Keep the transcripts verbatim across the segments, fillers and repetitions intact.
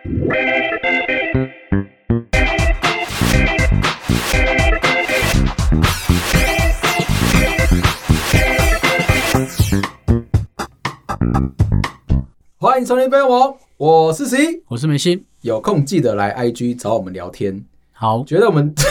欢迎收听飞我，我是 C， 我是梅心， 有空记得来 I G 找我们聊天。 好， 觉得我们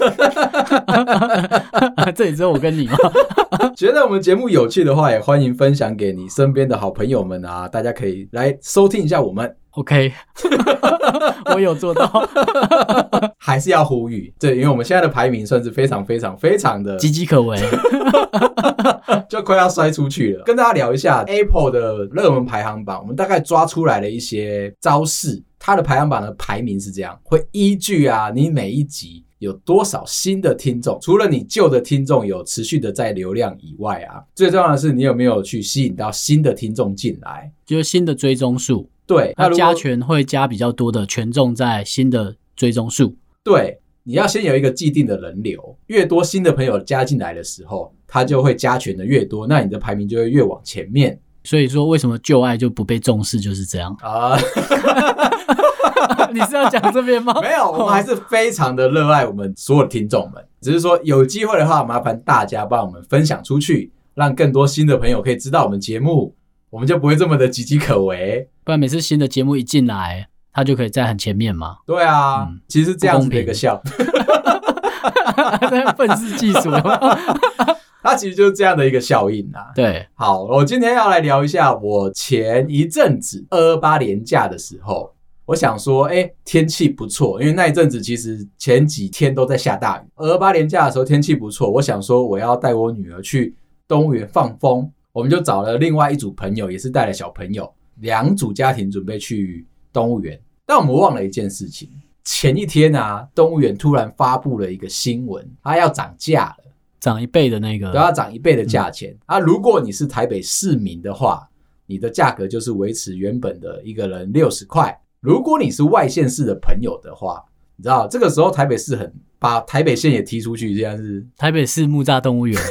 这里只有我跟你吗？ 觉得我们节目有趣的话，也欢迎分享给你身边的好朋友们啊，大家可以来收听一下我们。 OK， 我有做到， 还是要呼吁，对，因为我们现在的排名算是非常非常非常的岌岌可危， 就快要摔出去了。跟大家聊一下 Apple 的热门排行榜，我们大概抓出来了一些招式。它的排行榜的排名是这样，会依据啊你每一集有多少新的听众，除了你旧的听众有持续的在流量以外啊，最重要的是你有没有去吸引到新的听众进来， 就是新的追踪数。 对， 那加权会加比较多的权重在新的追踪数。 对，你要先有一个既定的人流，越多新的朋友加进来的时候，它就会加权的越多，那你的排名就会越往前面。 所以说为什么旧爱就不被重视就是这样啊？你是要讲这边吗？ 没有，我们还是非常的热爱我们所有的听众们，只是说有机会的话，麻烦大家帮我们分享出去，让更多新的朋友可以知道我们节目，我们就不会这么的岌岌可危。 不然每次新的节目一进来，他就可以在很前面嘛。 对啊，嗯、其实这样子的一个笑， 在愤世嫉俗。 它其实就是这样的一个效应啊。 对， 好，我今天要来聊一下我前一阵子二二八连假的时候，我想说，哎、欸，天气不错，因为那一阵子其实前几天都在下大雨。二二八连假的时候天气不错，我想说我要带我女儿去动物园放风，我们就找了另外一组朋友，也是带了小朋友，两组家庭准备去动物园。但我们忘了一件事情，前一天啊，动物园突然发布了一个新闻，它要涨价了。 涨一倍的那个， 都要涨一倍的价钱、嗯、啊！如果你是台北市民的话，你的价格就是维持原本的一个人六十块。如果你是外县市的朋友的话，你知道这个时候台北市很把台北县也踢出去，这样是台北市木栅动物园。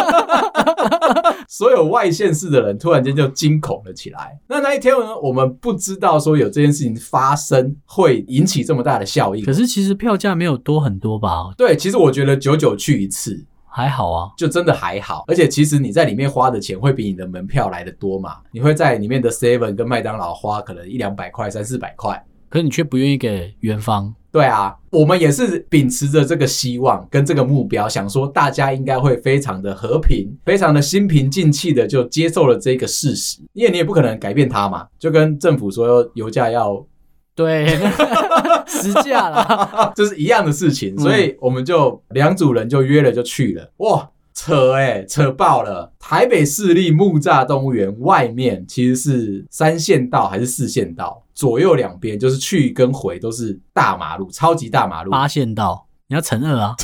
所有外县市的人突然间就惊恐了起来。那那一天呢，我们不知道说有这件事情发生会引起这么大的效应。 可是其实票价没有多很多吧？ 对，其实我觉得久久去一次还好啊， 就真的还好。而且其实你在里面花的钱会比你的门票来的多嘛，你会在里面的 seven 跟麦当劳花可能一两百块三四百块， 可是你却不愿意给园方。 对啊，我们也是秉持着这个希望跟这个目标，想说大家应该会非常的和平，非常的心平静气的就接受了这个事实，因为你也不可能改变它嘛，就跟政府说油价要对实价啦， 这是一样的事情，所以我们就两组人就约了就去了。哇，扯欸，扯爆了！台北市立木栅动物园外面其实是三线道还是四线道，左右两边就是去跟回都是大马路，超级大马路， 八线道，你要乘二啊。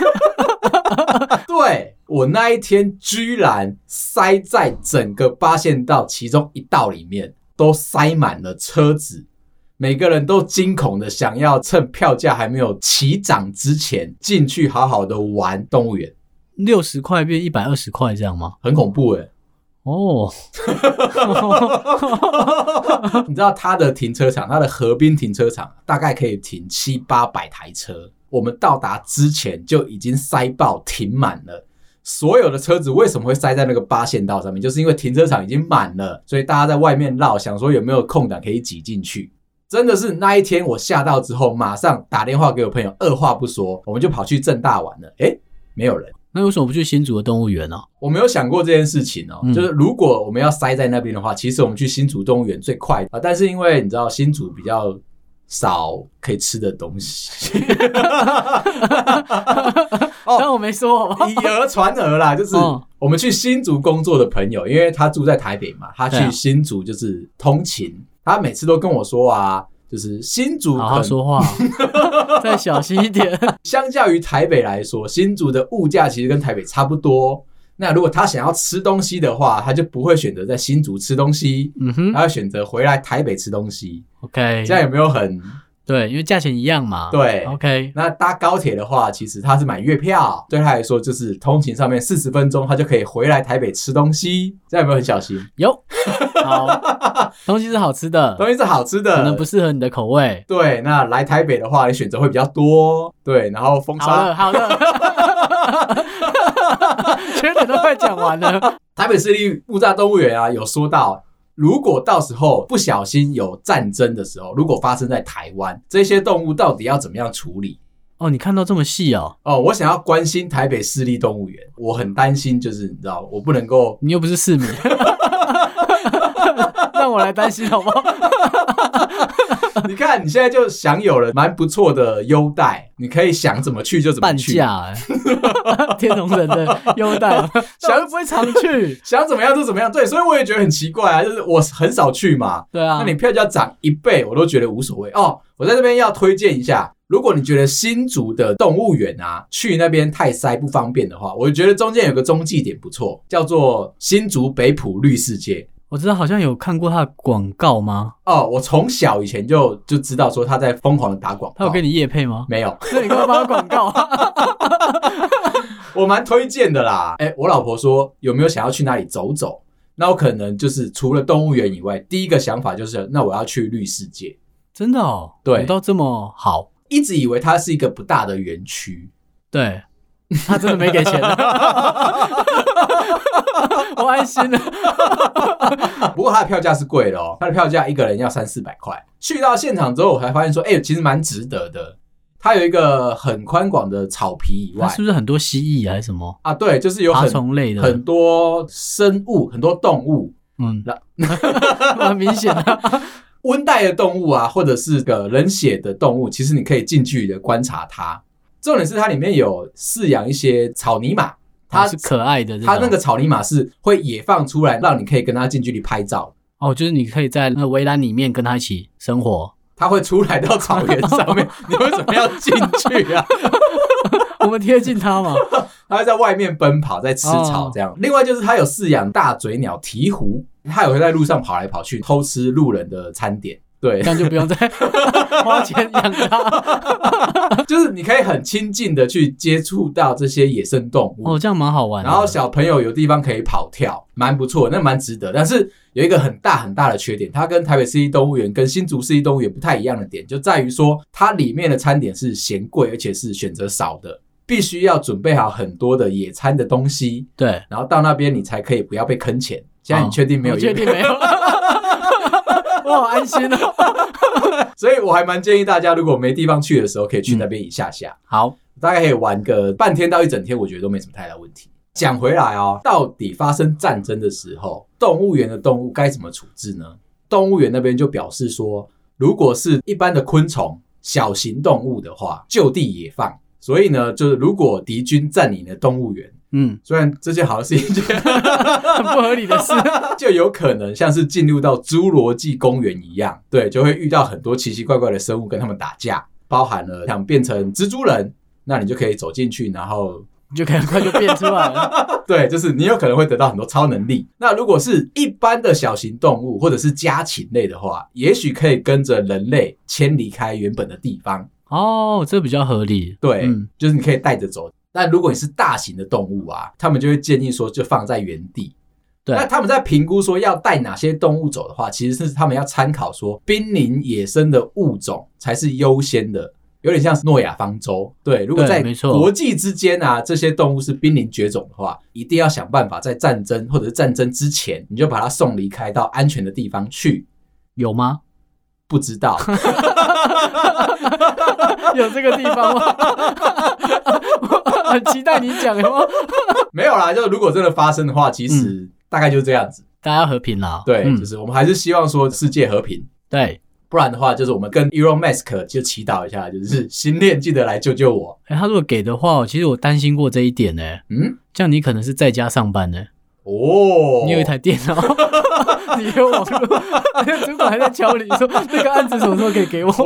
对，我那一天居然塞在整个八线道其中一道里面，都塞满了车子，每个人都惊恐的想要趁票价还没有起涨之前进去好好的玩动物园。 六十块变一百二十块这样吗？ 很恐怖耶。哦，你知道它的停车场，它的河滨停车场大概可以停七八百台车，我们到达之前就已经塞爆停满了。所有的车子为什么会塞在那个八线道上面，就是因为停车场已经满了，所以大家在外面绕，想说有没有空档可以挤进去。真的是那一天我下到之后，马上打电话给我朋友，二话不说我们就跑去政大玩了。诶，没有人。 那为什么不去新竹的动物园呢、啊？ 我没有想过这件事情哦、嗯，就是如果我们要塞在那边的话，其实我们去新竹动物园最快啊。但是因为你知道新竹比较少可以吃的东西， 哦，但我没说， 以讹传讹啦，就是我们去新竹工作的朋友，因为他住在台北嘛，他去新竹就是通勤，他每次都跟我说啊。就是新竹好好说话再小心一点。 相较于台北来说，新竹的物价其实跟台北差不多，那如果他想要吃东西的话，他就不会选择在新竹吃东西，嗯哼，他会选择回来台北吃东西。 OK， 这样有没有很对，因为价钱一样嘛。 对 ，OK。 那搭高铁的话，其实他是买月票，对他来说就是通勤上面四十分钟，他就可以回来台北吃东西。这样有没有很小心？ 有，好，东西是好吃的， 东西是好吃的， 可能不适合你的口味。 对，那来台北的话，你选择会比较多。对，然后风沙， 好了，好了，缺点都快讲完了。 台北市立木栅动物园啊，有说到，如果到时候不小心有战争的时候，如果发生在台湾，这些动物到底要怎么样处理？ 哦，你看到这么细哦？ 哦，我想要关心台北市立动物园，我很担心，就是你知道，我不能够， 你又不是市民，让我来担心好不好？ 你看你现在就享有了蛮不错的优待，你可以想怎么去就怎么去， 半价哎、欸，天龙人的优待，想又不会常去， 想怎么样就怎么样。对，所以我也觉得很奇怪啊，就是我很少去嘛， 对啊， 那你票价涨一倍，我都觉得无所谓哦。我在这边要推荐一下，如果你觉得新竹的动物园啊，去那边太塞不方便的话，我觉得中间有个中继点不错，叫做新竹北埔绿世界。 我知道好像有看过他的广告吗？ 哦，我从小以前就就知道说他在疯狂的打广告。 他有给你业配吗？ 没有。 那你干嘛帮他广告？ 我蛮推荐的啦。哎，我老婆说有没有想要去哪里走走？那我可能就是除了动物园以外，第一个想法就是那我要去绿世界。 真的哦？ 对， 有到这么好？ 一直以为它是一个不大的园区。 对。他真的没给钱我安心了不过他的票价是贵的哦，他的票价一个人要三四百块。去到现场之后，我才发现说，哎、欸，其实蛮值得的。它有一个很宽广的草皮以外， 它是不是很多蜥蜴还是什么啊？对，就是有爬虫类的很多生物，很多动物。 嗯，蛮明显的。 温带的动物啊，或者是个冷血的动物，其实你可以近距离的观察它。重点是它里面有饲养一些草泥马，它是可爱的， 它那个草泥马是会野放出来，让你可以跟它近距离拍照。 哦，就是你可以在那围栏里面跟它一起生活。 它会出来到草原上面，你为什么要进去啊？ 我们贴近它嘛， 它会在外面奔跑，在吃草这样。哦、另外就是它有饲养大嘴鸟鹈鹕，它也会在路上跑来跑去，偷吃路人的餐点。对， 这样就不用再花钱养它， 就是你可以很亲近的去接触到这些野生动物。 哦，这样蛮好玩的。 然后小朋友有地方可以跑跳，蛮不错，那蛮值得。但是有一个很大很大的缺点，它跟台北市立动物园跟新竹市立动物园不太一样的点，就在于说它里面的餐点是嫌贵，而且是选择少的，必须要准备好很多的野餐的东西。 对， 然后到那边你才可以不要被坑钱。现在你确定没有？ 我确定没有。我好安心哦。 所以我还蛮建议大家，如果没地方去的时候，可以去那边一下下。嗯、 好， 大概可以玩个半天到一整天，我觉得都没什么太大问题。讲回来哦，到底发生战争的时候，动物园的动物该怎么处置呢？动物园那边就表示说，如果是一般的昆虫、小型动物的话，就地野放。所以呢，就是如果敌军占领了动物园，嗯，虽然这件好像是一件很不合理的事， 就有可能像是进入到侏罗纪公园一样，对，就会遇到很多奇奇怪怪的生物跟他们打架，包含了想变成蜘蛛人，那你就可以走进去，然后你就可以很快就变出来了。 对，就是你有可能会得到很多超能力。那如果是一般的小型动物或者是家禽类的话，也许可以跟着人类迁离开原本的地方。 哦，这比较合理。 对，嗯，就是你可以带着走。但如果你是大型的动物啊，他们就会建议说就放在原地。对，那他们在评估说要带哪些动物走的话，其实是他们要参考说濒临野生的物种才是优先的，有点像诺亚方舟。对，如果在国际之间啊，这些动物是濒临绝种的话，一定要想办法在战争或者是战争之前，你就把它送离开到安全的地方去。 有吗？ 不知道。 有这个地方吗？很期待你讲哦。 没有啦，就如果真的发生的话，其实大概就是这样子。嗯、 大家要和平啦。 对、嗯，就是我们还是希望说世界和平。 对， 不然的话，就是我们跟 Elon Musk 就祈祷一下，就是星链记得来救救我。 欸、他如果给的话，其实我担心过这一点呢、欸。嗯，这样你可能是在家上班呢、欸。哦，你有一台电脑，你有网络，主管还在敲你说那个案子什么时候可以给我？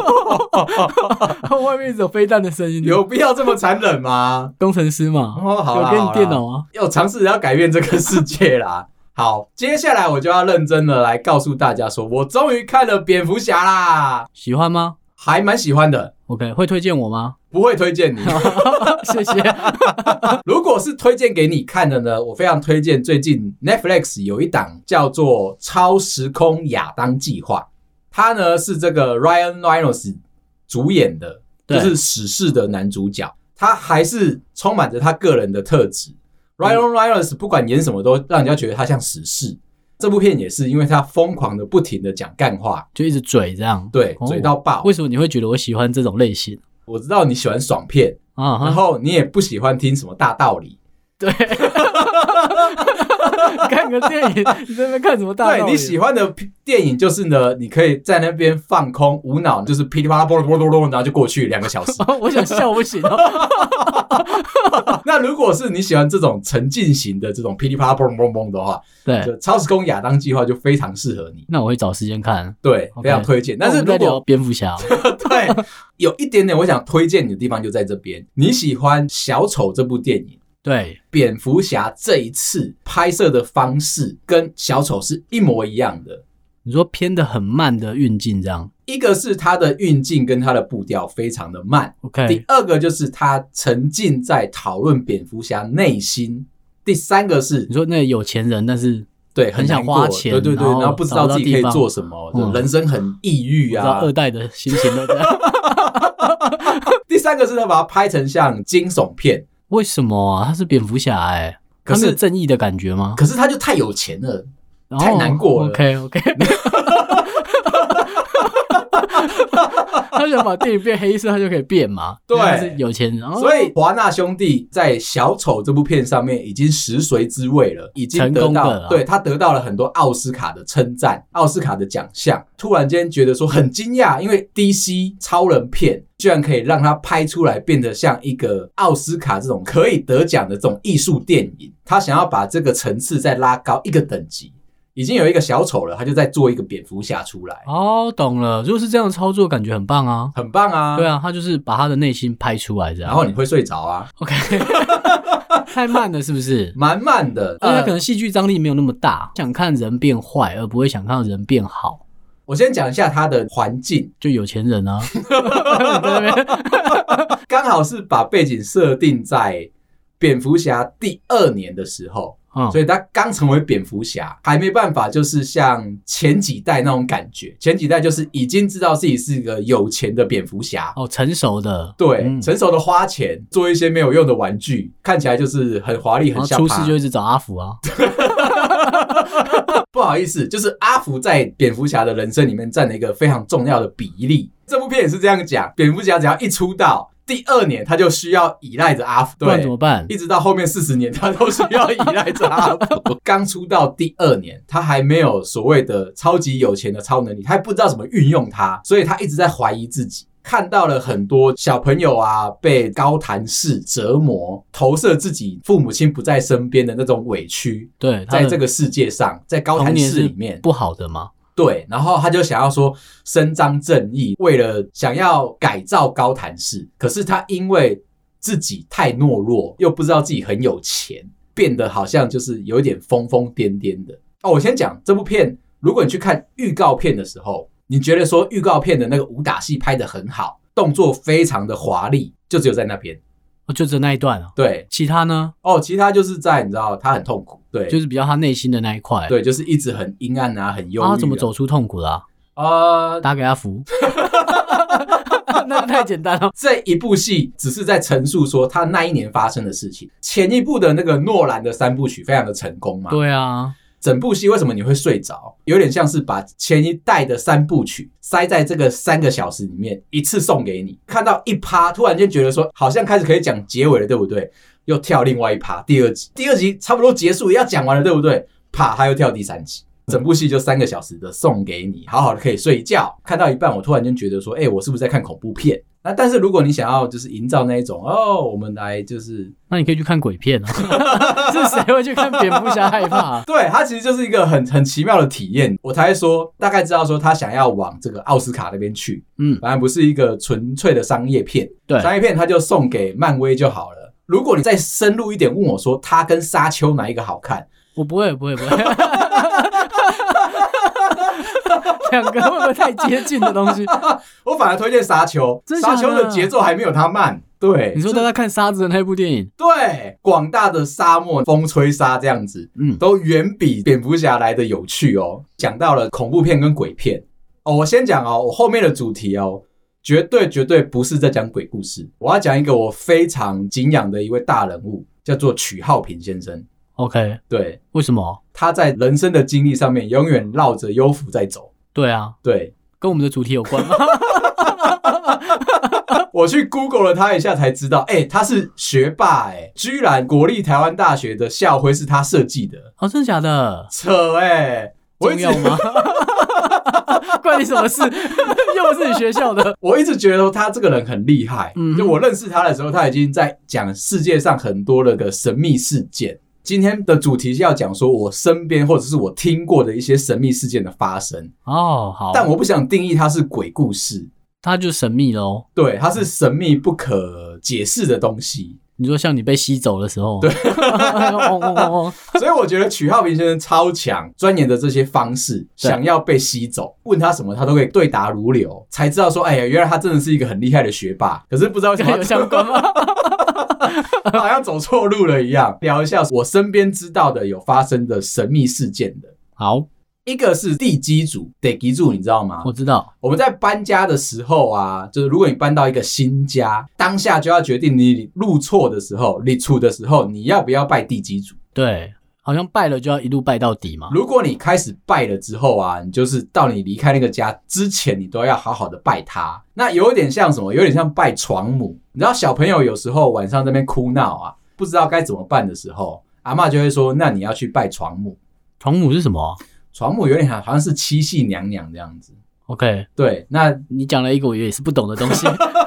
外面有飞弹的声音， 有必要这么残忍吗？ 工程师嘛， 哦，好啦， 有给你电脑啊， 要尝试要改变这个世界啦。好，接下来我就要认真的来告诉大家说，我终于看了蝙蝠侠啦， 喜欢吗？ 还蛮喜欢的。 OK， 会推荐我吗？ 不会推荐你， 谢谢。 如果是推荐给你看的呢，我非常推荐最近 Netflix 有一档叫做《超时空亚当计划》，它呢是这个 Ryan Reynolds 主演的，就是死侍的男主角，他还是充满着他个人的特质。Ryan Reynolds 不管演什么都让人家觉得他像死侍。这部片也是，因为他疯狂的不停的讲干话， 就一直嘴这样， 对，嘴到爆。 为什么你会觉得我喜欢这种类型？ 我知道你喜欢爽片，啊、然后你也不喜欢听什么大道理。 对，看个电影，你在那边看什么大道理？ 对，你喜欢的电影就是呢，你可以在那边放空无脑，就是噼里啪啦啵啵啵啵，然后就过去两个小时。 我想笑不行哦。 那如果是你喜欢这种沉浸型的这种噼里啪啦啵啵啵的话， 对， 就超时空亚当计划就非常适合你。 那我会找时间看， 对， okay, 非常推荐。但是如果蝙蝠侠， 对，有一点点我想推荐你的地方就在这边。你喜欢小丑这部电影？ 对， 蝙蝠侠这一次拍摄的方式跟小丑是一模一样的。 你说偏的很慢的运镜这样， 一个是他的运镜跟他的步调非常的慢 ，OK。 第二个就是他沉浸在讨论蝙蝠侠内心。第三个是你说那有钱人，但是对很想花钱， 对对对，然后不知道自己可以做什么，嗯、人生很抑郁啊， 二代的心情都这样。 第三个是他把它拍成像惊悚片。 为什么啊？他是蝙蝠侠哎、欸，可是正义的感觉吗？ 可是他就太有钱了，哦、太难过了。 OK OK， 他想把电影变黑色，他就可以变嘛？ 对， 他是有钱人。哦、 所以华纳兄弟在小丑这部片上面已经食髓知味了，已经得到成功的了， 对他得到了很多奥斯卡的称赞，奥斯卡的奖项。突然间觉得说很惊讶，因为 D C 超人片居然可以让他拍出来变得像一个奥斯卡这种可以得奖的这种艺术电影，他想要把这个层次再拉高一个等级。已经有一个小丑了，他就在做一个蝙蝠侠出来。 哦，懂了。如果是这样的操作，感觉很棒啊， 很棒啊。 对啊，他就是把他的内心拍出来这样。 然后你会睡着啊。 OK， 太慢了是不是？ 蛮慢的， 而且他可能戏剧张力没有那么大，想看人变坏，而不会想看人变好。 我先讲一下他的环境， 就有钱人啊， 刚好是把背景设定在蝙蝠侠第二年的时候。嗯、所以他刚成为蝙蝠侠，还没办法，就是像前几代那种感觉。前几代就是已经知道自己是个有钱的蝙蝠侠， 哦，成熟的， 对，嗯、成熟的花钱做一些没有用的玩具，看起来就是很华丽、很下趴。 出事就一直找阿福啊。 不好意思，就是阿福在蝙蝠侠的人生里面占了一个非常重要的比例。这部片也是这样讲，蝙蝠侠只要一出道。第二年他就需要依赖着阿福， 不然怎么办？ 一直到后面四十年他都需要依赖着阿福。刚出道第二年，他还没有所谓的超级有钱的超能力，他还不知道怎么运用它，所以他一直在怀疑自己。看到了很多小朋友啊被高谭市折磨，投射自己父母亲不在身边的那种委屈。 对， 在这个世界上，在高谭市里面不好的吗？ 对，然后他就想要说伸张正义，为了想要改造高谭市，可是他因为自己太懦弱，又不知道自己很有钱，变得好像就是有一点疯疯癫癫的。哦，我先讲这部片，如果你去看预告片的时候，你觉得说预告片的那个武打戏拍得很好，动作非常的华丽，就只有在那边。 哦，就只有那一段啊？ 对， 其他呢？ 哦，其他就是在你知道他很痛苦，对， 就是比较他内心的那一块， 对，就是一直很阴暗啊，很忧郁、啊。 他怎么走出痛苦的啊？ 呃， 打给他服，那太简单了。 这一部戏只是在陈述说他那一年发生的事情。前一部的那个诺兰的三部曲非常的成功嘛？ 对啊。 整部戏为什么你会睡着？有点像是把前一代的三部曲塞在这个三个小时里面，一次送给你。看到一趴，突然间觉得说好像开始可以讲结尾了，对不对？又跳另外一趴，第二集，第二集差不多结束也要讲完了，对不对？啪，他又跳第三集。整部戏就三个小时的送给你，好好的可以睡觉。看到一半，我突然间觉得说，哎、欸，我是不是在看恐怖片？那但是如果你想要就是营造那一种哦，我们来就是， 那你可以去看鬼片啊。是谁会去看蝙蝠侠害怕、啊？ 对，它其实就是一个很很奇妙的体验。我才说大概知道说他想要往这个奥斯卡那边去，嗯，反正不是一个纯粹的商业片。 对， 商业片他就送给漫威就好了。如果你再深入一点问我说，他跟沙丘哪一个好看？ 我不会，不会，不会。 两个会不会太接近的东西？ 我反而推荐沙丘，沙丘的节奏还没有它慢。对， 你说大家看沙子的那部电影， 对，广大的沙漠风吹沙这样子，嗯，都远比蝙蝠侠来的有趣哦。讲到了恐怖片跟鬼片哦，我先讲哦，我后面的主题哦，绝对绝对不是在讲鬼故事，我要讲一个我非常敬仰的一位大人物，叫做曲浩平先生。 OK， 对， 为什么？ 他在人生的经历上面永远绕着幽浮在走。 对啊， 对， 跟我们的主题有关吗？ 我去 Google 了他一下才知道，哎、欸，他是学霸、欸，哎，居然国立台湾大学的校徽是他设计的。 哦，真的假的？ 扯哎、欸， 重要吗？关你什么事？又不是你学校的。 我一直觉得他这个人很厉害，嗯，就我认识他的时候，他已经在讲世界上很多的个神秘事件。今天的主题是要讲说我身边或者是我听过的一些神秘事件的发生。 哦，好， 但我不想定义它是鬼故事， 它就神秘咯。 对，它是神秘不可解释的东西。 你说像你被吸走的时候， 对，所以我觉得曲浩平先生超强，钻研的这些方式，想要被吸走，问他什么他都可以对答如流，才知道说，哎呀，原来他真的是一个很厉害的学霸。可是不知道为什么有相关吗？ 好像走错路了一样。聊一下我身边知道的有发生的神秘事件的。 好。 一个是地基主，地基主你知道吗？ 我知道。我们在搬家的时候啊，就是如果你搬到一个新家，当下就要决定你入厝的时候，你出的时候，你要不要拜地基主？ 对，好像拜了就要一路拜到底嘛。 如果你开始拜了之后啊，你就是到你离开那个家之前，你都要好好的拜他。那有点像什么？有点像拜床母。你知道小朋友有时候晚上在那边哭闹啊，不知道该怎么办的时候，阿嬷就会说：“那你要去拜床母。” 床母是什么？ 床母有点好像是七系娘娘这样子。 OK， 对，那你讲了一个我也是不懂的东西。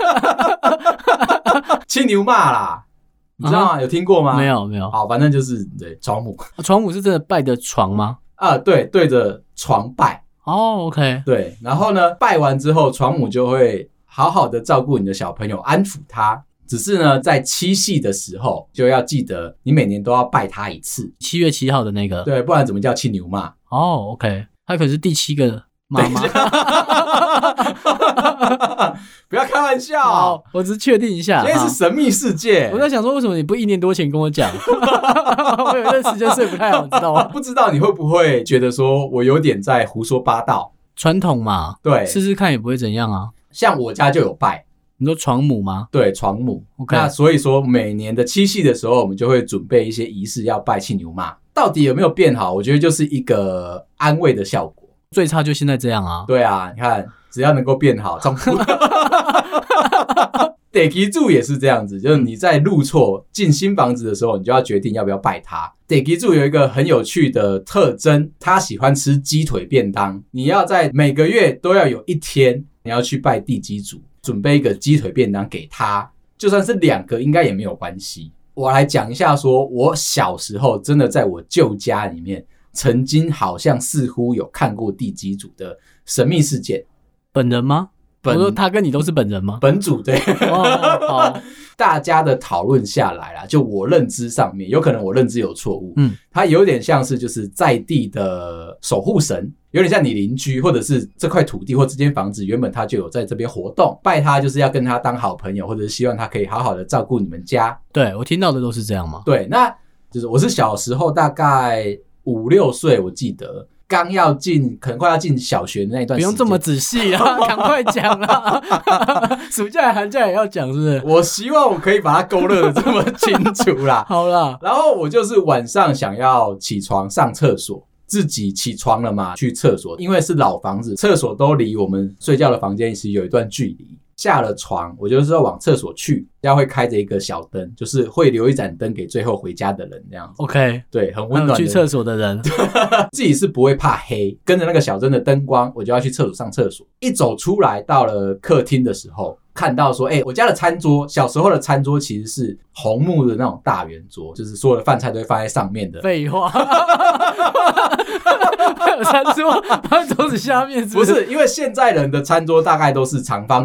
七牛骂啦，你知道吗？ Uh-huh. 有听过吗？ 没有，没有。 好，反正就是对床母。 床母是真的拜的床吗？ 啊，对，对着床拜。 哦、oh, ，OK。 对，然后呢，拜完之后，床母就会好好的照顾你的小朋友，安抚他。只是呢，在七夕的时候，就要记得你每年都要拜他一次。 七月七号的那个， 对，不然怎么叫七牛骂？ 哦、oh, ，OK， 他可是第七个妈妈。 不要开玩笑、 哦，我只是确定一下。 今天是神秘世界， 我在想说，为什么你不一年多前跟我讲？我有一段时间睡不太好，你知道吗？ 不知道你会不会觉得说我有点在胡说八道？ 传统嘛，对，试试看也不会怎样啊。 像我家就有拜。 你说床母吗？ 对，床母。 Okay. 那所以说，每年的七夕的时候，我们就会准备一些仪式要拜七牛妈。到底有没有变好？我觉得就是一个安慰的效果。 最差就现在这样啊。 对啊，你看，只要能够变好，中途地基主也是这样子，就是你在入厝进新房子的时候，你就要决定要不要拜他。地基主有一个很有趣的特征，他喜欢吃鸡腿便当。你要在每个月都要有一天，你要去拜地基主。准备一个鸡腿便当给他，就算是两个应该也没有关系。我来讲一下说，我小时候真的在我舅家里面曾经好像似乎有看过地基主的神秘事件。 本人吗？我说他跟你都是本人吗？ 本主，对。 哦，好。 大家的讨论下来啦，就我认知上面，有可能我认知有错误， 嗯， 他有点像是就是在地的守护神，有点像你邻居，或者是这块土地或这间房子原本他就有在这边活动，拜他就是要跟他当好朋友，或者是希望他可以好好的照顾你们家。 对，我听到的都是这样嘛。 对，那就是我是小时候大概五六岁，我记得。刚要进，可能快要进小学的那一段时间， 不用这么仔细啦，赶快讲啦。暑假寒假也要讲，是不是？ 我希望我可以把它勾勒的这么清楚啦。 好啦， 然后我就是晚上想要起床上厕所，自己起床了嘛，去厕所，因为是老房子，厕所都离我们睡觉的房间其实有一段距离。下了床，我就是要往厕所去，要会开着一个小灯，就是会留一盏灯给最后回家的人这样子。 OK， 对，很温暖的。 去厕所的人， 自己是不会怕黑，跟着那个小灯的灯光，我就要去厕所上厕所。一走出来到了客厅的时候，看到说，哎、欸，我家的餐桌，小时候的餐桌其实是红木的那种大圆桌，就是所有的饭菜都会放在上面的。 废话，有餐桌放在桌子下面是不是？ 不是，因为现在人的餐桌大概都是长方形。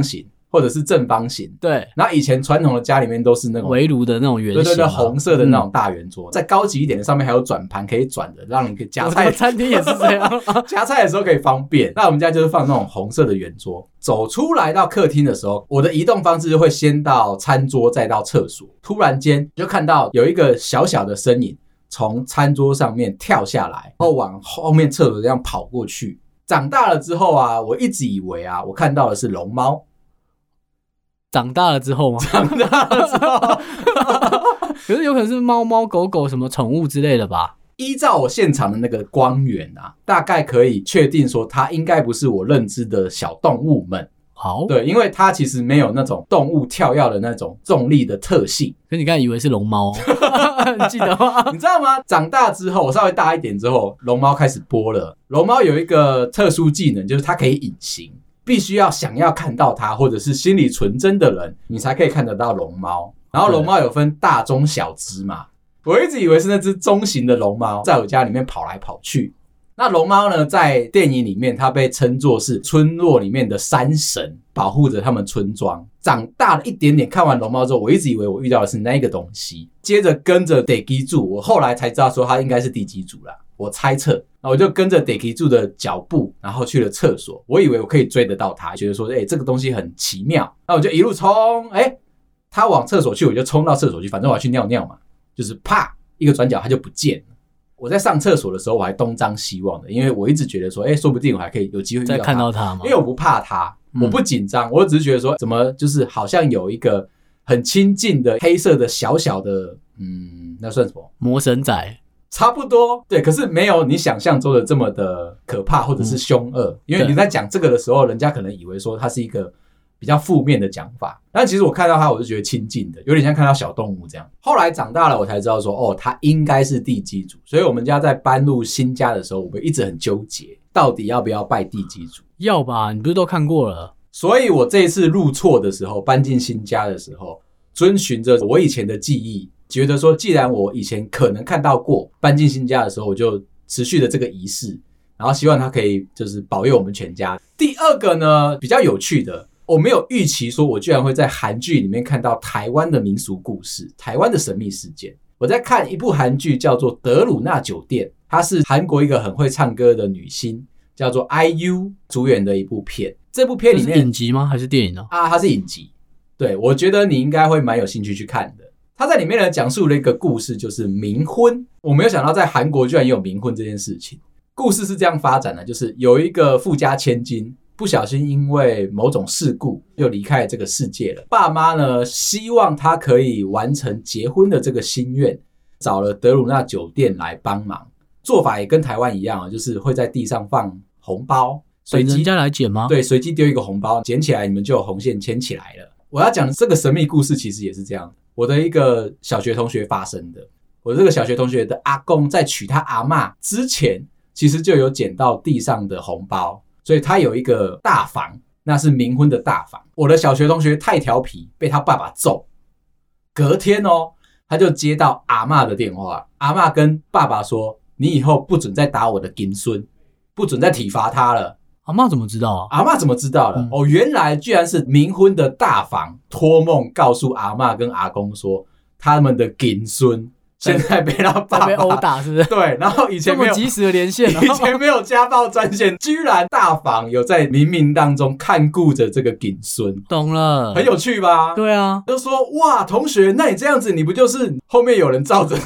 或者是正方形。 对， 然后以前传统的家里面都是那种围炉的那种圆形， 对对对，红色的那种大圆桌。嗯、再高级一点的，上面还有转盘可以转的，让你可以夹菜。 餐厅也是这样， 夹菜的时候可以方便。那我们家就是放那种红色的圆桌。走出来到客厅的时候，我的移动方式会先到餐桌，再到厕所。突然间就看到有一个小小的身影从餐桌上面跳下来，然后往后面厕所这样跑过去。长大了之后啊，我一直以为啊，我看到的是龙猫。 长大了之后吗？ 长大了之后， 可是有可能是猫猫狗狗什么宠物之类的吧？ 依照我现场的那个光源啊，大概可以确定说它应该不是我认知的小动物们。 好， 对，因为它其实没有那种动物跳跃的那种重力的特性。 可你刚才以为是龙猫，你记得吗？ 你知道吗？长大之后，我稍微大一点之后，龙猫开始播了。龙猫有一个特殊技能，就是它可以隐形。必须要想要看到它，或者是心里纯真的人，你才可以看得到龙猫。然后龙猫有分大、中、小只嘛，我一直以为是那只中型的龙猫在我家里面跑来跑去。那龙猫呢，在电影里面它被称作是村落里面的山神，保护着他们村庄。长大了一点点，看完龙猫之后，我一直以为我遇到的是那个东西。接着跟着地基主，我后来才知道说它应该是地基主啦，我猜测。那我就跟着地基主的脚步，然后去了厕所。我以为我可以追得到他，觉得说，哎、欸，这个东西很奇妙。那我就一路冲，哎、欸，他往厕所去，我就冲到厕所去，反正我要去尿尿嘛。就是啪一个转角，他就不见了。我在上厕所的时候，我还东张西望的，因为我一直觉得说，哎、欸，说不定我还可以有机会遇到他， 再看到他嘛。 因为我不怕他，我不紧张、嗯，我只是觉得说，怎么就是好像有一个很亲近的黑色的小小的，嗯，那算什么？ 魔神仔。 差不多，对，可是没有你想象中的这么的可怕或者是凶恶、嗯、因为你在讲这个的时候，人家可能以为说它是一个比较负面的讲法，但其实我看到它我就觉得亲近的，有点像看到小动物这样。后来长大了我才知道说，哦，它应该是地基主，所以我们家在搬入新家的时候，我们一直很纠结，到底要不要拜地基主。 要吧，你不是都看过了。 所以我这一次入错的时候，搬进新家的时候，遵循着我以前的记忆，觉得说，既然我以前可能看到过，搬进新家的时候，我就持续的这个仪式，然后希望它可以就是保佑我们全家。第二个呢，比较有趣的，我没有预期说我居然会在韩剧里面看到台湾的民俗故事，台湾的神秘事件。我在看一部韩剧叫做《德鲁纳酒店》，它是韩国一个很会唱歌的女星叫做 I U 主演的一部片。这部片里面是影集吗？还是电影呢？ 啊，它是影集。对，我觉得你应该会蛮有兴趣去看的。他在里面呢讲述了一个故事，就是冥婚。我没有想到在韩国居然也有冥婚这件事情。故事是这样发展的，就是有一个富家千金不小心因为某种事故就离开了这个世界了。爸妈呢希望他可以完成结婚的这个心愿，找了德鲁纳酒店来帮忙。做法也跟台湾一样，就是会在地上放红包，随机人家来捡吗？ 对，随机丢一个红包，捡起来你们就有红线牵起来了。我要讲的这个神秘故事其实也是这样，我的一个小学同学发生的。我这个小学同学的阿公在娶他阿嬷之前，其实就有捡到地上的红包，所以他有一个大房，那是冥婚的大房。我的小学同学太调皮，被他爸爸揍。隔天哦，他就接到阿嬷的电话，阿嬷跟爸爸说：“你以后不准再打我的金孙，不准再体罚他了。” 阿嬷怎么知道啊？ 阿嬷怎么知道了、嗯？哦，原来居然是冥婚的大房托梦告诉阿嬷跟阿公说，他们的金孙现在被他爸爸被殴打，是不是？ 对，然后以前没有这么及时的连线、哦， 以前没有家暴专线，居然大房有在冥冥当中看顾着这个金孙， 懂了， 很有趣吧？ 对啊， 就说哇，同学，那你这样子，你不就是后面有人罩着，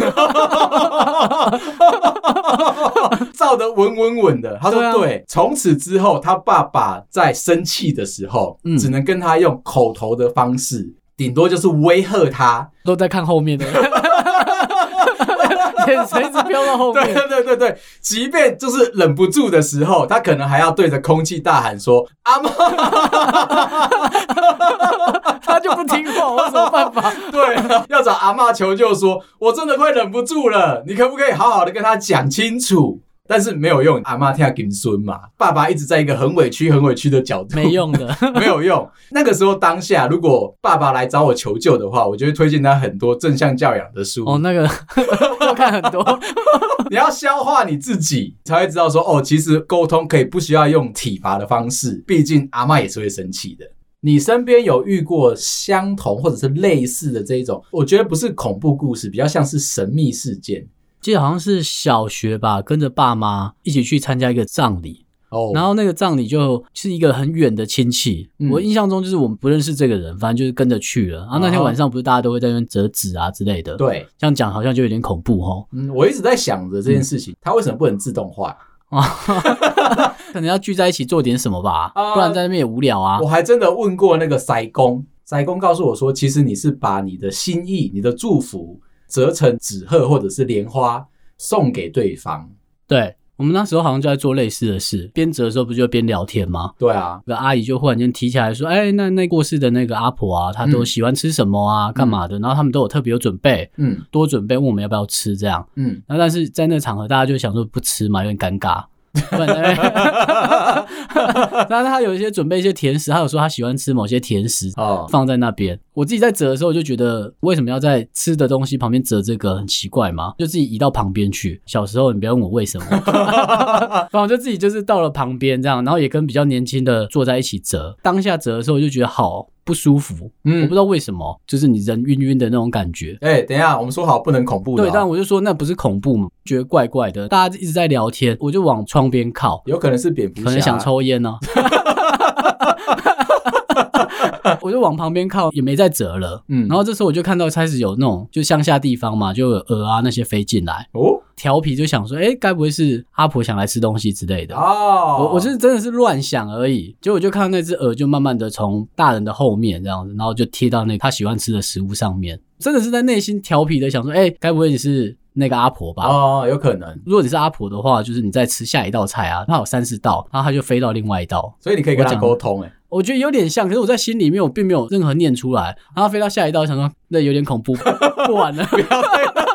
罩得稳稳稳的？他说对，对，从此之后，他爸爸在生气的时候、嗯，只能跟他用口头的方式，顶多就是威吓他， 都在看后面的。眼神一直飘到后面， 对对对对对，即便就是忍不住的时候，他可能还要对着空气大喊说：“阿嬷！” 他就不听话，我有什么办法？ 对，要找阿嬷求救说：“我真的快忍不住了，你可不可以好好的跟他讲清楚？”但是没有用，阿嬷听金孙嘛，爸爸一直在一个很委屈、很委屈的角度， 没用的， 没有用。那个时候当下，如果爸爸来找我求救的话，我就会推荐他很多正向教养的书。 哦，那个我看很多， 你要消化你自己，才会知道说，哦，其实沟通可以不需要用体罚的方式，毕竟阿嬷也是会生气的。 你身边有遇过相同或者是类似的这一种，我觉得不是恐怖故事，比较像是神秘事件。 记得好像是小学吧，跟着爸妈一起去参加一个葬礼。哦，然后那个葬礼就是一个很远的亲戚、嗯、我印象中就是我们不认识这个人，反正就是跟着去了。然后那天晚上不是大家都会在那边折纸啊之类的，对，这样讲好像就有点恐怖齁。 嗯，我一直在想着这件事情、嗯、它为什么不能自动化可能要聚在一起做点什么吧、啊、不然在那边也无聊啊。 我还真的问过那个塞公，塞公告诉我说，其实你是把你的心意、你的祝福折成纸鹤或者是莲花送给对方。 对，我们那时候好像就在做类似的事，边折的时候不就边聊天吗？ 对啊， 那个阿姨就忽然间提起来说，哎，那那过世的那个阿婆啊，她都喜欢吃什么啊、嗯、干嘛的，然后他们都有特别有准备，嗯，多准备问我们要不要吃这样，嗯，那但是在那个场合大家就想说不吃嘛，有点尴尬然后他有一些准备一些甜食，他有说他喜欢吃某些甜食、哦、放在那边。我自己在折的时候就觉得为什么要在吃的东西旁边折这个很奇怪嘛，就自己移到旁边去。小时候你不要问我为什么反正我就自己就是到了旁边这样，然后也跟比较年轻的坐在一起折。当下折的时候我就觉得好不舒服、嗯、我不知道为什么，就是你人晕晕的那种感觉。 哎、欸，等一下，我们说好不能恐怖的、哦、 对，但我就说那不是恐怖嘛，觉得怪怪的，大家一直在聊天，我就往窗边靠， 有可能是蝙蝠侠， 可能想抽烟呢、啊、我就往旁边靠，也没再折了。嗯，然后这时候我就看到开始有那种就乡下地方嘛，就有鹅啊那些飞进来哦。调皮就想说，哎，该不会是阿婆想来吃东西之类的哦？我我是真的是乱想而已。结果我就看到那只鹅就慢慢的从大人的后面这样子，然后就贴到那个他喜欢吃的食物上面。真的是在内心调皮的想说，哎，该不会你是那个阿婆吧？ 哦，有可能。 如果你是阿婆的话，就是你在吃下一道菜啊，它有三四道，然后它就飞到另外一道， 所以你可以跟他沟通。哎， 我觉得有点像，可是我在心里面我并没有任何念出来，然后飞到下一道，想说那有点恐怖，不玩了，不要飞了。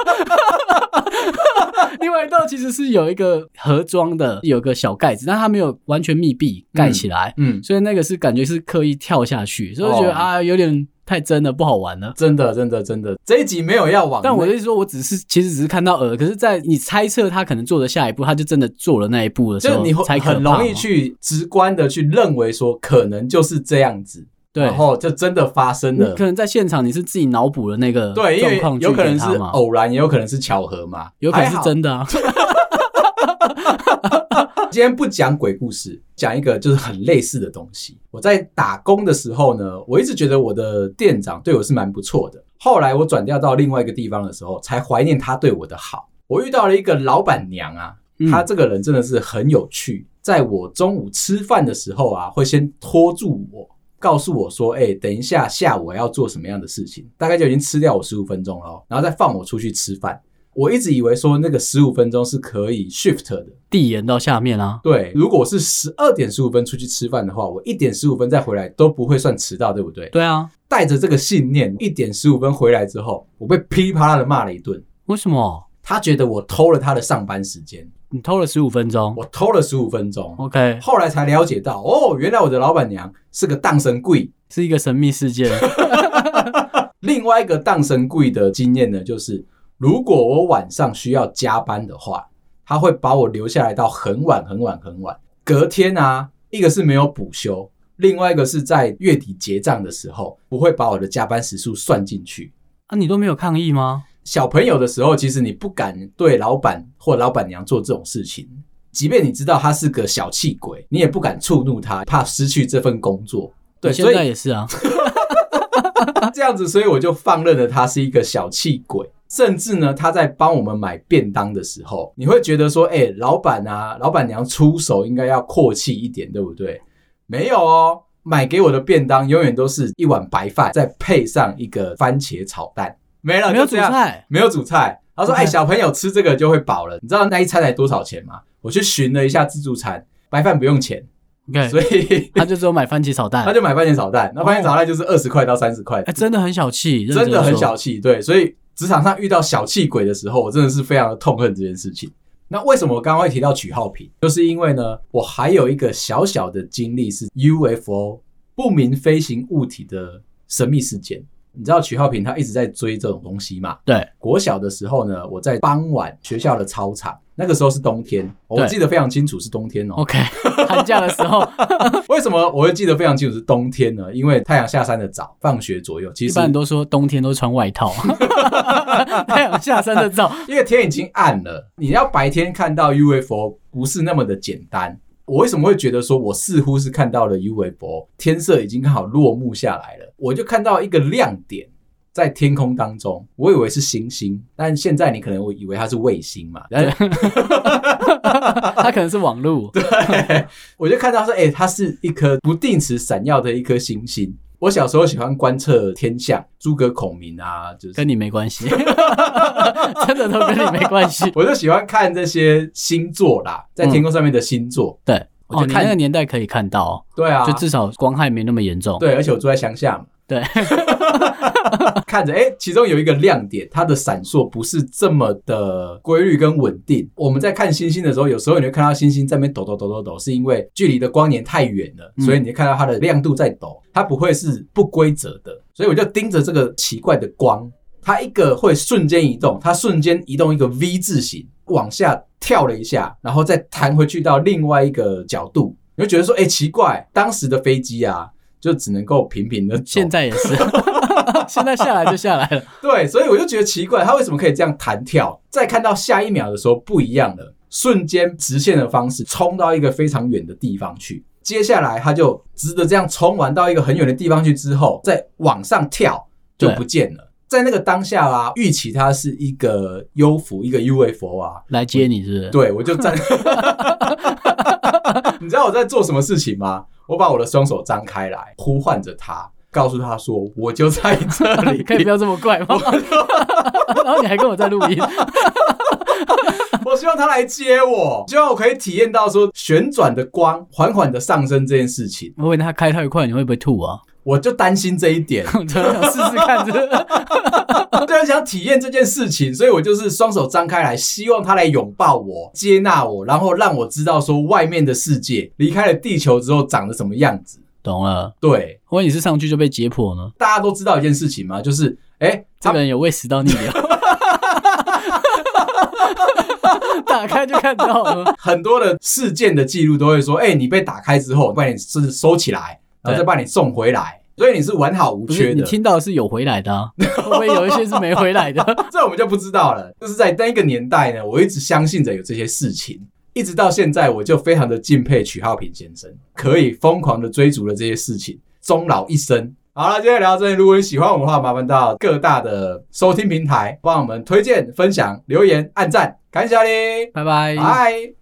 另外一道其实是有一个盒装的，有个小盖子，但它没有完全密闭盖起来，嗯，嗯所以那个是感觉是刻意跳下去，所以我觉得、哦、啊有点太真了，不好玩了。 真的真的真的，这一集没有要往， 但我的意思说，我只是其实只是看到鹅，可是在你猜测他可能做的下一步，他就真的做了那一步的时候， 就你才很容易去直观的去认为说可能就是这样子。对，然后就真的发生了。 可能在现场你是自己脑补了那个对，因为有可能是偶然，也有可能是巧合嘛， 有可能是真的啊。 今天不讲鬼故事，讲一个就是很类似的东西。我在打工的时候呢，我一直觉得我的店长对我是蛮不错的。后来我转调到另外一个地方的时候，才怀念他对我的好。我遇到了一个老板娘啊，她这个人真的是很有趣。在我中午吃饭的时候啊，会先拖住我。告诉我说，哎、欸，等一下下午我要做什么样的事情，大概就已经吃掉我十五分钟了，然后再放我出去吃饭。我一直以为说那个十五分钟是可以 shift 的， 递延到下面啊。 对，如果是十二点十五分出去吃饭的话，我一点十五分再回来都不会算迟到，对不对？ 对啊， 带着这个信念，一点十五分回来之后，我被噼里啪啦的骂了一顿。 为什么？ 他觉得我偷了他的上班时间。 你偷了十五分钟？ 我偷了十五分钟。 OK， 后来才了解到，哦，原来我的老板娘是个当神柜， 是一个神秘事件。 另外一个当神柜的经验呢，就是如果我晚上需要加班的话，他会把我留下来到很晚很晚很晚。隔天啊，一个是没有补休，另外一个是在月底结账的时候，不会把我的加班时数算进去。 啊，你都没有抗议吗？ 小朋友的时候，其实你不敢对老板或老板娘做这种事情，即便你知道他是个小气鬼，你也不敢触怒他，怕失去这份工作。对， 现在也是啊。 这样子，所以我就放任了他是一个小气鬼。甚至呢，他在帮我们买便当的时候，你会觉得说，哎、欸，老板啊，老板娘出手应该要阔气一点，对不对？没有哦，买给我的便当永远都是一碗白饭，再配上一个番茄炒蛋。没了， 没有煮菜， 没有煮菜。他说：“哎、okay 欸，小朋友吃这个就会饱了。你知道那一餐才多少钱吗？我去询了一下自助餐，白饭不用钱。 Okay 所以他就只有买番茄炒蛋， 他就买番茄炒蛋。那番茄炒蛋就是二十块到三十块， 哎、欸，真的很小气， 真的很小气。对，所以职场上遇到小气鬼的时候，我真的是非常的痛恨这件事情。那为什么我刚刚会提到曲浩平？就是因为呢，我还有一个小小的经历是 U F O 不明飞行物体的神秘事件。” 你知道曲浩平他一直在追这种东西嘛？ 对， 国小的时候呢，我在傍晚学校的操场，那个时候是冬天，我记得非常清楚是冬天哦。 OK， 寒假的时候， 为什么我会记得非常清楚是冬天呢？因为太阳下山的早，放学左右，其实一般人都说冬天都穿外套，太阳下山的早， 因为天已经暗了，你要白天看到 U F O 不是那么的简单。我为什么会觉得说我似乎是看到了 U F O， 天色已经刚好落幕下来了，我就看到一个亮点在天空当中，我以为是星星，但现在你可能以为它是卫星嘛， 它可能是网路。 对，我就看到说，哎、欸，它是一颗不定时闪耀的一颗星星。我小时候喜欢观测天象，诸葛孔明啊，就是跟你没关系，真的都跟你没关系。 我就喜欢看这些星座啦，在天空上面的星座。 嗯、对，我就看、哦、你那个年代可以看到。 对啊， 就至少光害没那么严重。 对，而且我住在乡下嘛。 对， 看着，哎、欸，其中有一个亮点，它的闪烁不是这么的规律跟稳定。我们在看星星的时候，有时候你会看到星星在那边抖抖抖抖抖，是因为距离的光年太远了，所以你会看到它的亮度在抖，它不会是不规则的。所以我就盯着这个奇怪的光，它一个会瞬间移动，它瞬间移动一个 V 字形往下跳了一下，然后再弹回去到另外一个角度，你会觉得说，哎、欸，奇怪，当时的飞机啊。就只能够平平的走， 现在也是，现在下来就下来了。 对，所以我就觉得奇怪，它为什么可以这样弹跳？再看到下一秒的时候不一样了，瞬间直线的方式冲到一个非常远的地方去。接下来它就直的这样冲完到一个很远的地方去之后，再往上跳就不见了。在那个当下啊，预期它是一个幽浮，一个 U F O 啊， 来接你是不是？ 对，我就站。你知道我在做什么事情吗？我把我的双手张开来，呼唤着他，告诉他说：“我就在这里。” 可以不要这么怪吗？然后你还跟我在录音。 我希望他来接我，希望我可以体验到说旋转的光缓缓的上升这件事情。 我以为他开太快，你会不会吐啊？ 我就担心这一点， 我就想试试看这我就很想体验这件事情，所以我就是双手张开来，希望他来拥抱我，接纳我，然后让我知道说外面的世界离开了地球之后长得什么样子。 懂了， 对。 我以为你是上去就被解剖呢。 大家都知道一件事情嘛，就是哎、欸， 这个人有胃食道逆流。打开就看到了。 很多的事件的记录都会说，哎、欸，你被打开之后，把你是收起来，然后再把你送回来，所以你是完好无缺的。 你听到的是有回来的、啊，会不会有一些是没回来的？ 这我们就不知道了。就是在那个年代呢，我一直相信着有这些事情，一直到现在，我就非常的敬佩曲浩平先生，可以疯狂的追逐了这些事情，终老一生。好了，今天聊到这里，如果你喜欢我们的话，麻烦到各大的收听平台帮我们推荐、分享、留言、按赞，感谢你， 拜拜， 拜。